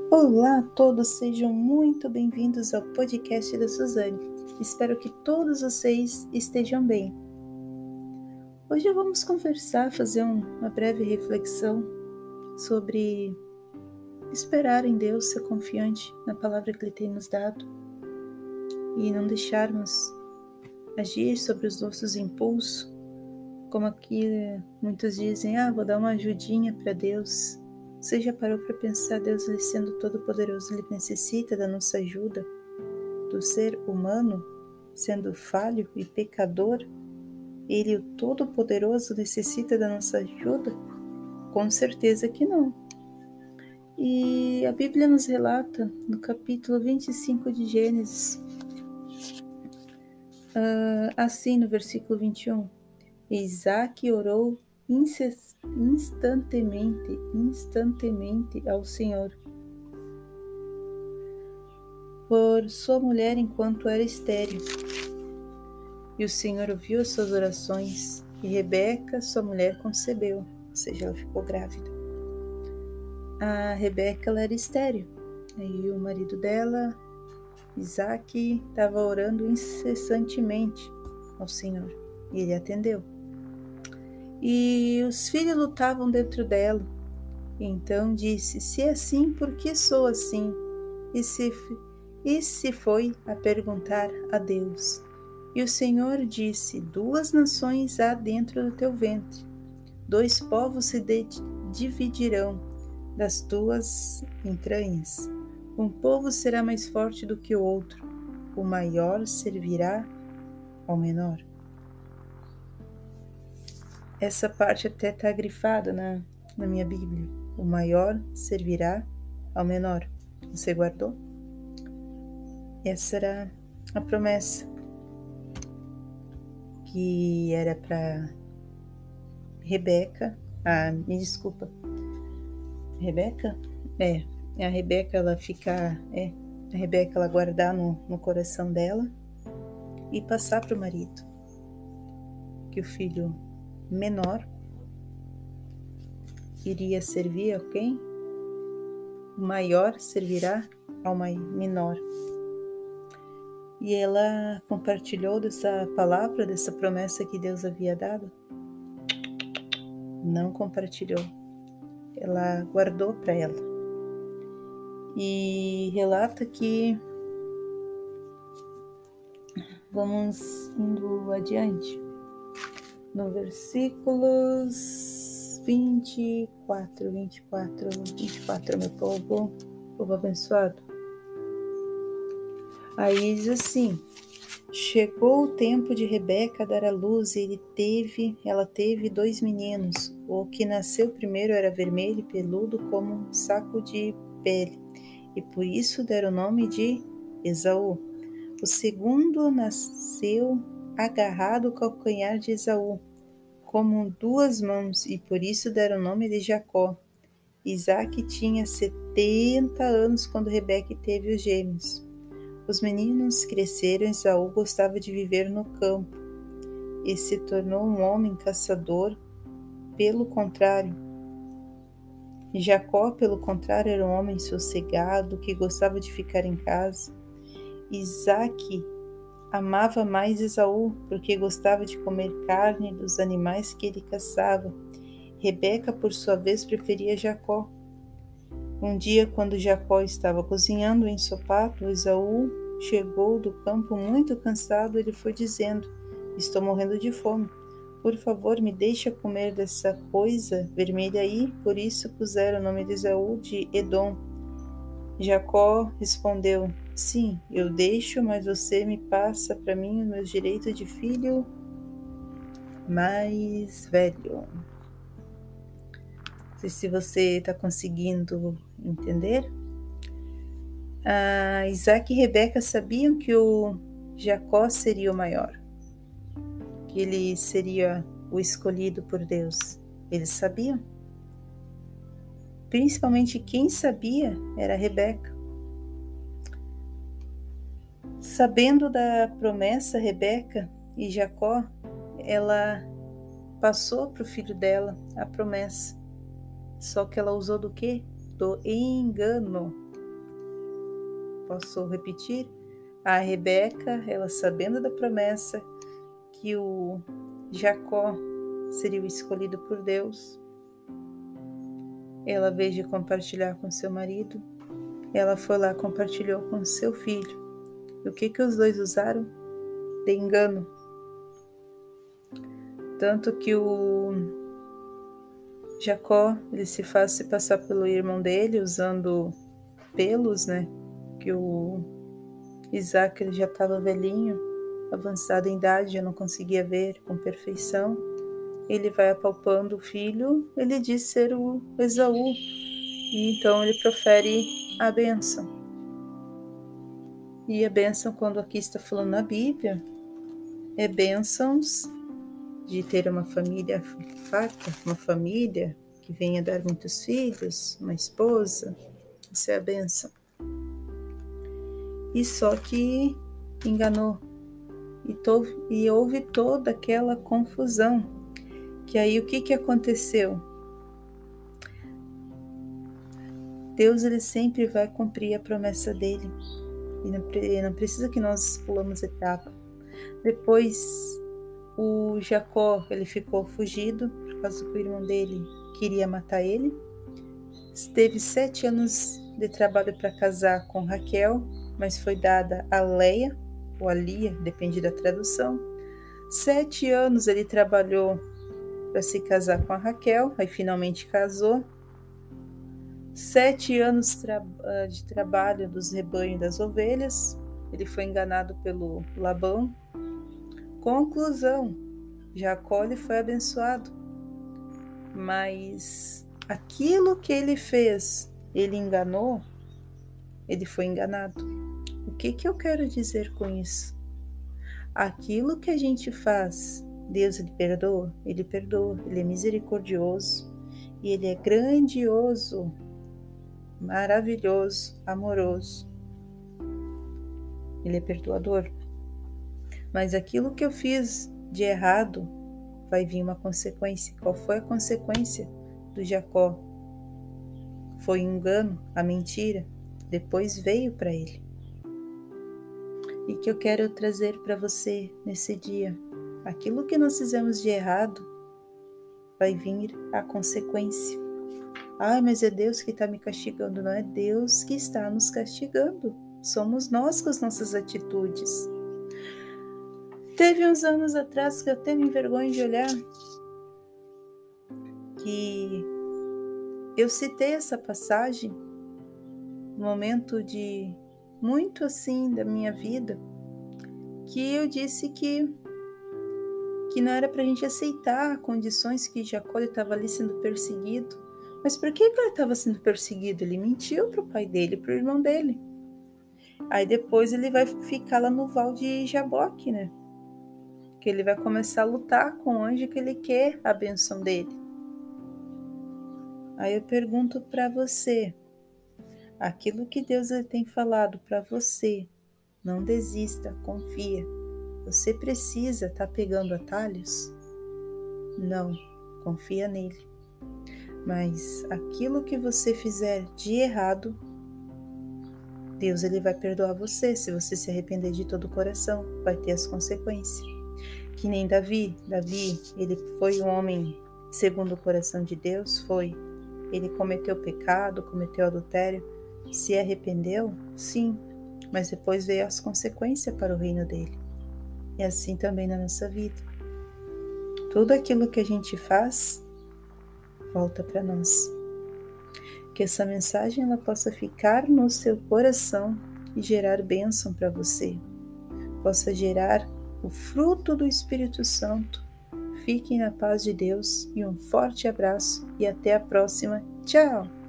Olá a todos, sejam muito bem-vindos ao podcast da Suzane. Espero que todos vocês estejam bem. Hoje vamos conversar, fazer uma breve reflexão sobre esperar em Deus, ser confiante na palavra que Ele tem nos dado e não deixarmos agir sobre os nossos impulsos, como aqui muitos dizem, vou dar uma ajudinha para Deus. Você já parou para pensar, Deus, Ele sendo todo-poderoso, Ele necessita da nossa ajuda? Do ser humano, sendo falho e pecador, Ele, o Todo-Poderoso, necessita da nossa ajuda? Com certeza que não. E a Bíblia nos relata, no capítulo 25 de Gênesis, assim no versículo 21, Isaac orou instantemente ao Senhor por sua mulher enquanto era estéril. E o Senhor ouviu as suas orações, e Rebeca, sua mulher, concebeu, ou seja, ela ficou grávida. A Rebeca, ela era estéril, e o marido dela, Isaac, estava orando incessantemente ao Senhor, e ele atendeu. E os filhos lutavam dentro dela, então disse, se é assim, por que sou assim? E se foi a perguntar a Deus. E o Senhor disse, 2 nações há dentro do teu ventre, 2 povos se dividirão das tuas entranhas. Um povo será mais forte do que o outro, o maior servirá ao menor. Essa parte até está grifada na minha Bíblia. O maior servirá ao menor. Você guardou? Essa era a promessa que era para Rebeca. Me desculpa. Rebeca? A Rebeca ela ficar, a Rebeca ela guardar no coração dela e passar para o marido. Que o filho menor iria servir a quem? O maior servirá ao menor. E ela compartilhou dessa palavra, dessa promessa que Deus havia dado? Não compartilhou. Ela guardou para ela. E relata que vamos indo adiante. No versículos 24, meu povo abençoado. Aí diz assim, chegou o tempo de Rebeca dar à luz e ela teve 2 meninos. O que nasceu primeiro era vermelho e peludo como um saco de pele, e por isso deram o nome de Esaú. O segundo nasceu agarrado ao calcanhar de Esaú, como 2 mãos, e por isso deram o nome de Jacó. Isaac tinha 70 anos quando Rebeca teve os gêmeos. Os meninos cresceram e Esaú gostava de viver no campo e se tornou um homem caçador. Pelo contrário, Jacó, pelo contrário, era um homem sossegado que gostava de ficar em casa. Isaac amava mais Esaú porque gostava de comer carne dos animais que ele caçava. Rebeca, por sua vez, preferia Jacó. Um dia, quando Jacó estava cozinhando o ensopado, Esaú chegou do campo muito cansado. Ele foi dizendo, estou morrendo de fome. Por favor, me deixa comer dessa coisa vermelha aí. Por isso puseram o nome de Esaú de Edom. Jacó respondeu, sim, eu deixo, mas você me passa para mim os meus direitos de filho mais velho. Não sei se você está conseguindo entender. Isaac e Rebeca sabiam que o Jacó seria o maior, que ele seria o escolhido por Deus. Eles sabiam. Principalmente quem sabia era Rebeca. Sabendo da promessa, Rebeca e Jacó, ela passou para o filho dela a promessa. Só que ela usou do quê? Do engano. posso repetir? A Rebeca, ela sabendo da promessa que o Jacó seria o escolhido por Deus, ela, ao invés de compartilhar com seu marido, ela foi lá e compartilhou com seu filho. E o que os dois usaram? De engano. Tanto que o Jacó, ele se faz se passar pelo irmão dele, usando pelos, né? Que o Isaac, ele já estava velhinho, avançado em idade, já não conseguia ver com perfeição. Ele vai apalpando o filho, ele diz ser o Esaú, e então ele profere a bênção. E a bênção, quando aqui está falando na Bíblia, é bênçãos de ter uma família farta, uma família que venha dar muitos filhos, uma esposa, isso é a bênção. E só que enganou, e houve toda aquela confusão, que aí o que aconteceu? Deus, ele sempre vai cumprir a promessa dele, e não precisa que nós pulamos etapa. Depois o Jacó, ele ficou fugido, por causa que o irmão dele queria matar ele. Teve 7 anos de trabalho para casar com Raquel, mas foi dada a Leia, ou a Lia, depende da tradução. 7 anos ele trabalhou para se casar com a Raquel, aí finalmente casou. 7 anos de trabalho dos rebanhos das ovelhas, ele foi enganado pelo Labão. Conclusão, Jacó, ele foi abençoado, mas aquilo que ele fez, ele enganou, ele foi enganado. O que eu quero dizer com isso? Aquilo que a gente faz, Deus, ele perdoa, ele é misericordioso, e ele é grandioso, maravilhoso, amoroso. Ele é perdoador. Mas aquilo que eu fiz de errado, vai vir uma consequência. Qual foi a consequência do Jacó? Foi o engano, a mentira. Depois veio para ele. E que eu quero trazer para você nesse dia. Aquilo que nós fizemos de errado, vai vir a consequência. Ai, mas é Deus que está me castigando. Não é Deus que está nos castigando. Somos nós com as nossas atitudes. Teve uns anos atrás que eu até me envergonho de olhar, que eu citei essa passagem no momento de muito assim da minha vida, que eu disse que não era para a gente aceitar condições que Jacó estava ali sendo perseguido. Mas por que ele estava sendo perseguido? Ele mentiu para o pai dele, para o irmão dele. Aí depois ele vai ficar lá no Val de Jaboque, né? Que ele vai começar a lutar com o anjo que ele quer a benção dele. Aí eu pergunto para você, aquilo que Deus tem falado para você, não desista, confia. Você precisa estar pegando atalhos? Não, confia nele. Mas aquilo que você fizer de errado, Deus, ele vai perdoar você. Se você se arrepender de todo o coração, vai ter as consequências. Que nem Davi, ele foi um homem segundo o coração de Deus, foi. Ele cometeu pecado, cometeu adultério, se arrependeu, sim, mas depois veio as consequências para o reino dele. E assim também na nossa vida. Tudo aquilo que a gente faz, volta para nós. Que essa mensagem ela possa ficar no seu coração e gerar bênção para você. Possa gerar o fruto do Espírito Santo. Fiquem na paz de Deus e um forte abraço e até a próxima. Tchau!